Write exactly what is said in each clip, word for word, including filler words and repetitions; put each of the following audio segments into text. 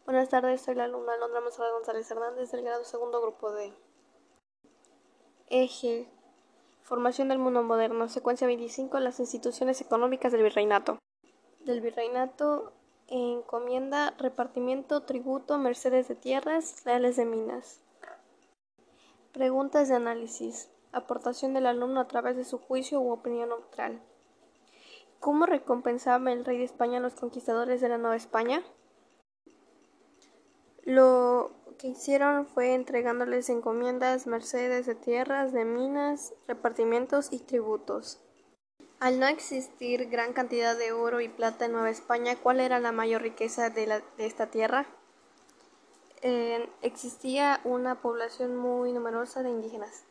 Buenas tardes, soy la alumna Alondra Monserrat González Hernández del grado segundo grupo D. Eje: Formación del mundo moderno. Secuencia veinticinco. Las instituciones económicas del virreinato. Del virreinato: encomienda, repartimiento, tributo, mercedes de tierras, reales de minas. Preguntas de análisis. Aportación del alumno a través de su juicio u opinión neutral. ¿Cómo recompensaba el rey de España a los conquistadores de la Nueva España? Lo que hicieron fue entregándoles encomiendas, mercedes de tierras, de minas, repartimientos y tributos. Al no existir gran cantidad de oro y plata en Nueva España, ¿cuál era la mayor riqueza de, la, de esta tierra? Eh, existía una población muy numerosa de indígenas.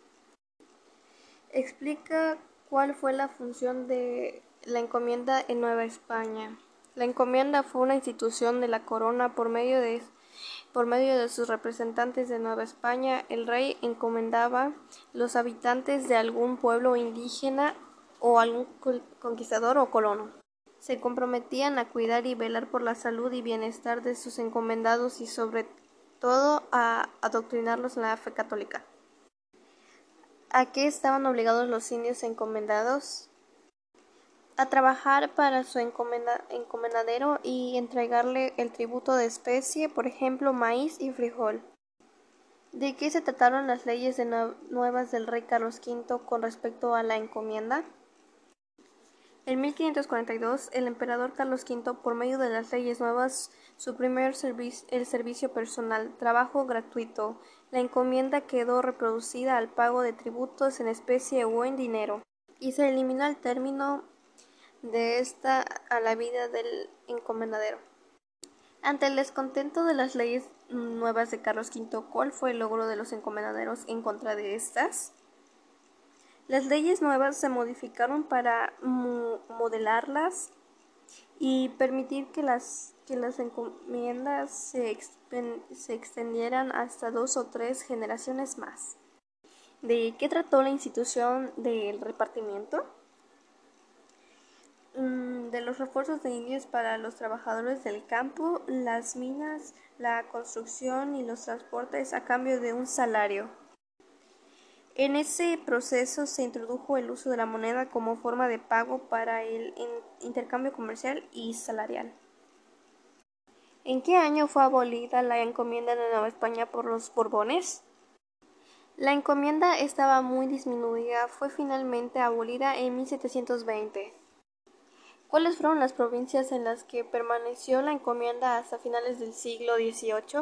Explica cuál fue la función de la encomienda en Nueva España. La encomienda fue una institución de la corona por medio de Por medio de sus representantes de Nueva España, el rey encomendaba los habitantes de algún pueblo indígena o algún conquistador o colono. Se comprometían a cuidar y velar por la salud y bienestar de sus encomendados y sobre todo a adoctrinarlos en la fe católica. ¿A qué estaban obligados los indios encomendados? A trabajar para su encomenda, encomendadero y entregarle el tributo de especie, por ejemplo, maíz y frijol. ¿De qué se trataron las leyes de no, nuevas del rey Carlos quinto con respecto a la encomienda? En mil quinientos cuarenta y dos, el emperador Carlos quinto, por medio de las leyes nuevas, suprimió el, servi el servicio personal, trabajo gratuito. La encomienda quedó reproducida al pago de tributos en especie o en dinero, y se eliminó el término de esta a la vida del encomendadero. Ante el descontento de las leyes nuevas de Carlos quinto, ¿cuál fue el logro de los encomendaderos en contra de estas? Las leyes nuevas se modificaron para mo modelarlas y permitir que las, que las encomiendas se, se extendieran hasta dos o tres generaciones más. ¿De qué trató la institución del repartimiento? De los refuerzos de indios para los trabajadores del campo, las minas, la construcción y los transportes a cambio de un salario. En ese proceso se introdujo el uso de la moneda como forma de pago para el intercambio comercial y salarial. ¿En qué año fue abolida la encomienda de Nueva España por los Borbones? La encomienda estaba muy disminuida, fue finalmente abolida en mil setecientos veinte. ¿Cuáles fueron las provincias en las que permaneció la encomienda hasta finales del siglo dieciocho?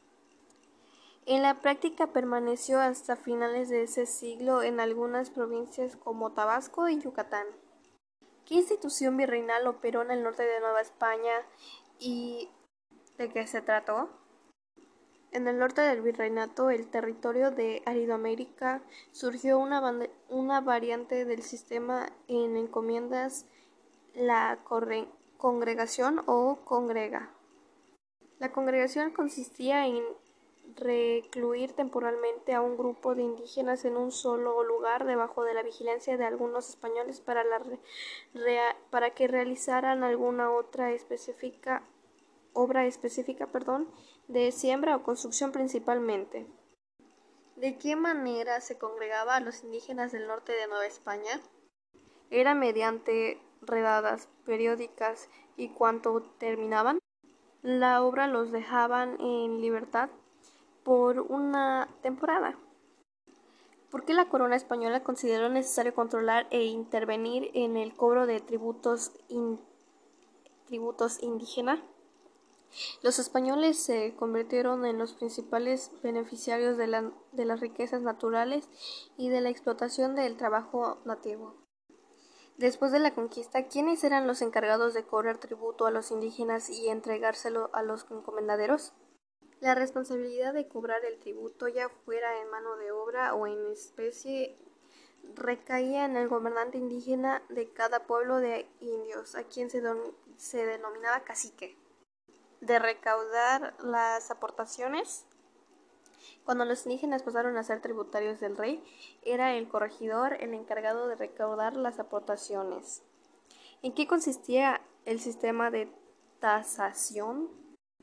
En la práctica permaneció hasta finales de ese siglo en algunas provincias como Tabasco y Yucatán. ¿Qué institución virreinal operó en el norte de Nueva España y de qué se trató? En el norte del virreinato, el territorio de Aridoamérica, surgió una, una variante del sistema en encomiendas, la congregación o congrega. La congregación consistía en recluir temporalmente a un grupo de indígenas en un solo lugar debajo de la vigilancia de algunos españoles para, la re, para que realizaran alguna otra específica, obra específica perdón, de siembra o construcción principalmente. ¿De qué manera se congregaba a los indígenas del norte de Nueva España? Era mediante redadas periódicas y cuando terminaban la obra los dejaban en libertad por una temporada. ¿Por qué la corona española consideró necesario controlar e intervenir en el cobro de tributos, in, tributos indígenas? Los españoles se convirtieron en los principales beneficiarios de, la, de las riquezas naturales y de la explotación del trabajo nativo. Después de la conquista, ¿quiénes eran los encargados de cobrar tributo a los indígenas y entregárselo a los encomendaderos? La responsabilidad de cobrar el tributo, ya fuera en mano de obra o en especie, recaía en el gobernante indígena de cada pueblo de indios, a quien se, se denominaba cacique. De recaudar las aportaciones, cuando los indígenas pasaron a ser tributarios del rey, era el corregidor el encargado de recaudar las aportaciones. ¿En qué consistía el sistema de tasación?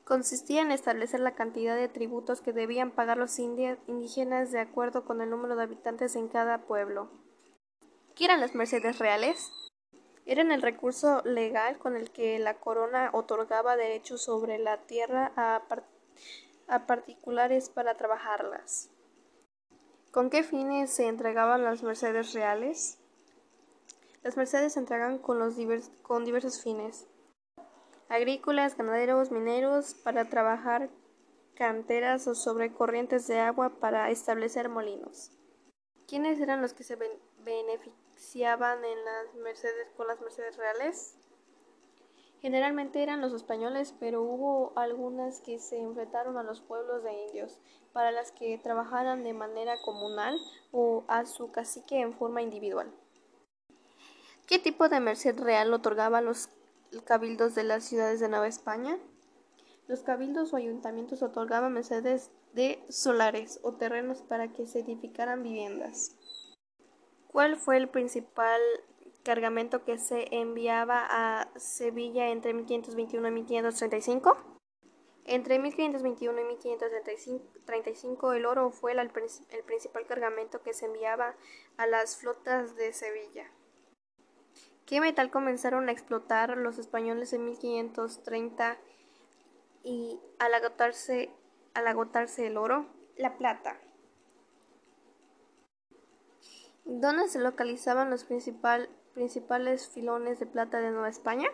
Consistía en establecer la cantidad de tributos que debían pagar los indígenas de acuerdo con el número de habitantes en cada pueblo. ¿Qué eran las mercedes reales? Eran el recurso legal con el que la corona otorgaba derechos sobre la tierra a, par a particulares para trabajarlas. ¿Con qué fines se entregaban las mercedes reales? Las mercedes se entregaban con, los divers con diversos fines: agrícolas, ganaderos, mineros, para trabajar canteras o sobre corrientes de agua para establecer molinos. ¿Quiénes eran los que se ben beneficiaban en las mercedes con las mercedes reales? Generalmente eran los españoles, pero hubo algunas que se enfrentaron a los pueblos de indios, para las que trabajaran de manera comunal o a su cacique en forma individual. ¿Qué tipo de merced real otorgaba los cabildos de las ciudades de Nueva España? Los cabildos o ayuntamientos otorgaban mercedes de solares o terrenos para que se edificaran viviendas. ¿Cuál fue el principal cargamento que se enviaba a Sevilla entre mil quinientos veintiuno y mil quinientos treinta y cinco? Entre mil quinientos veintiuno y mil quinientos treinta y cinco el oro fue el, el principal cargamento que se enviaba a las flotas de Sevilla. ¿Qué metal comenzaron a explotar los españoles en mil quinientos treinta y al agotarse, al agotarse el oro? La plata. ¿Dónde se localizaban los principal, principales filones de plata de Nueva España?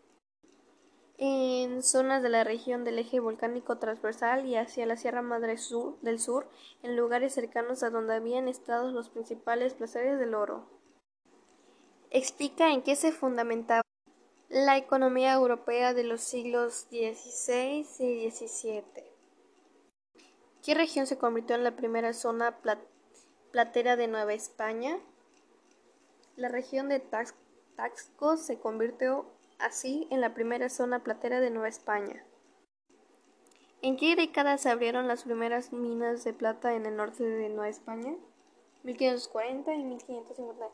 En zonas de la región del eje volcánico transversal y hacia la Sierra Madre Sur, del Sur, en lugares cercanos a donde habían estado los principales placeres del oro. Explica en qué se fundamentaba la economía europea de los siglos dieciséis y diecisiete. ¿Qué región se convirtió en la primera zona plat platera de Nueva España? La región de Tax Taxco se convirtió así en la primera zona platera de Nueva España. ¿En qué década se abrieron las primeras minas de plata en el norte de Nueva España? mil quinientos cuarenta y mil quinientos cincuenta.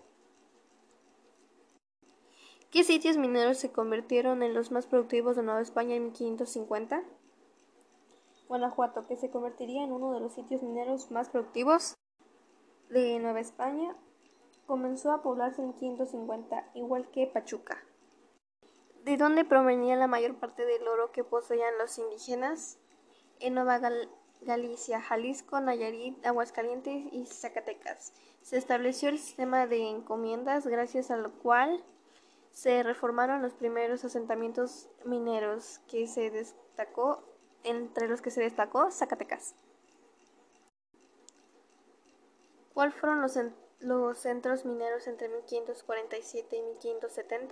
¿Qué sitios mineros se convirtieron en los más productivos de Nueva España en mil quinientos cincuenta? Guanajuato, que se convertiría en uno de los sitios mineros más productivos de Nueva España, comenzó a poblarse en mil quinientos cincuenta, igual que Pachuca. ¿De dónde provenía la mayor parte del oro que poseían los indígenas? En Nueva Gal Galicia, Jalisco, Nayarit, Aguascalientes y Zacatecas. Se estableció el sistema de encomiendas, gracias al cual se reformaron los primeros asentamientos mineros, que se destacó, entre los que se destacó Zacatecas. ¿Cuáles fueron los, los centros mineros entre mil quinientos cuarenta y siete y mil quinientos setenta?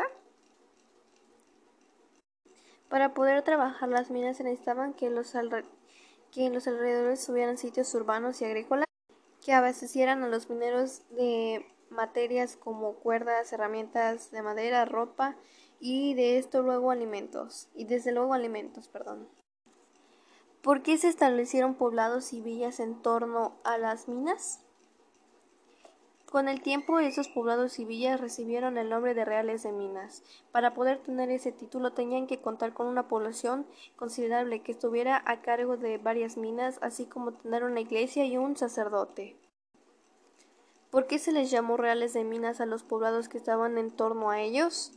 Para poder trabajar las minas se necesitaban que, los que en los alrededores hubieran sitios urbanos y agrícolas que abastecieran a los mineros de materias como cuerdas, herramientas de madera, ropa y de esto luego alimentos, y desde luego alimentos, perdón. ¿Por qué se establecieron poblados y villas en torno a las minas? Con el tiempo, esos poblados y villas recibieron el nombre de reales de minas. Para poder tener ese título tenían que contar con una población considerable que estuviera a cargo de varias minas, así como tener una iglesia y un sacerdote. ¿Por qué se les llamó reales de minas a los poblados que estaban en torno a ellos?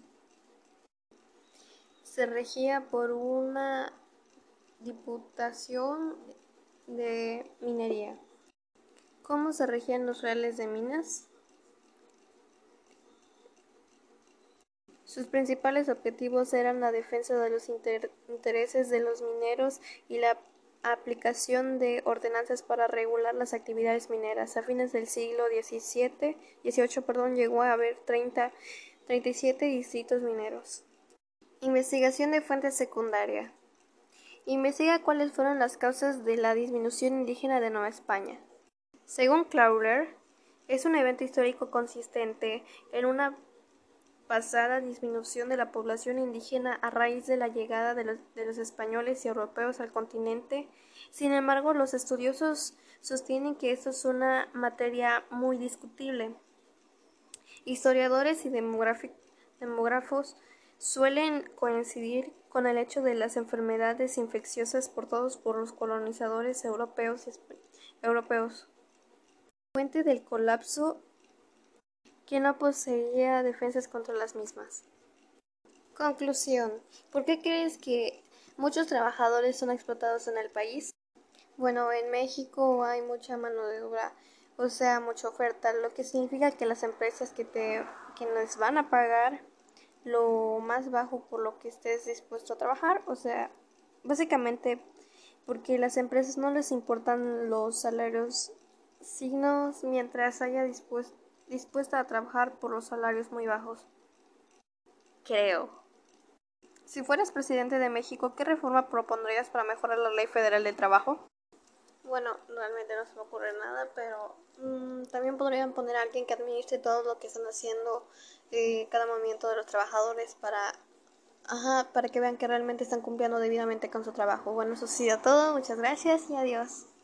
Se regía por una diputación de minería. ¿Cómo se regían los reales de minas? Sus principales objetivos eran la defensa de los inter intereses de los mineros y la aplicación de ordenanzas para regular las actividades mineras. A fines del siglo diecisiete, dieciocho perdón, llegó a haber treinta, treinta y siete distritos mineros. Investigación de fuente secundaria. Investiga cuáles fueron las causas de la disminución indígena de Nueva España. Según Clauler, es un evento histórico consistente en una pasada disminución de la población indígena a raíz de la llegada de los, de los españoles y europeos al continente. Sin embargo, los estudiosos sostienen que esto es una materia muy discutible. Historiadores y demógrafos suelen coincidir con el hecho de las enfermedades infecciosas portadas por los colonizadores europeos, europeos, fuente del colapso que no poseía defensas contra las mismas. Conclusión. ¿Por qué crees que muchos trabajadores son explotados en el país? Bueno, en México hay mucha mano de obra, o sea, mucha oferta, lo que significa que las empresas que te que nos van a pagar lo más bajo por lo que estés dispuesto a trabajar, o sea, básicamente porque las empresas no les importan los salarios signos mientras haya dispuest, dispuesta a trabajar por los salarios muy bajos. Creo. Si fueras presidente de México, ¿qué reforma propondrías para mejorar la Ley Federal del Trabajo? Bueno, realmente no se me ocurre nada, pero mmm, también podrían poner a alguien que administre todo lo que están haciendo, eh, cada movimiento de los trabajadores para, ajá, para que vean que realmente están cumpliendo debidamente con su trabajo. Bueno, eso ha sido todo. Muchas gracias y adiós.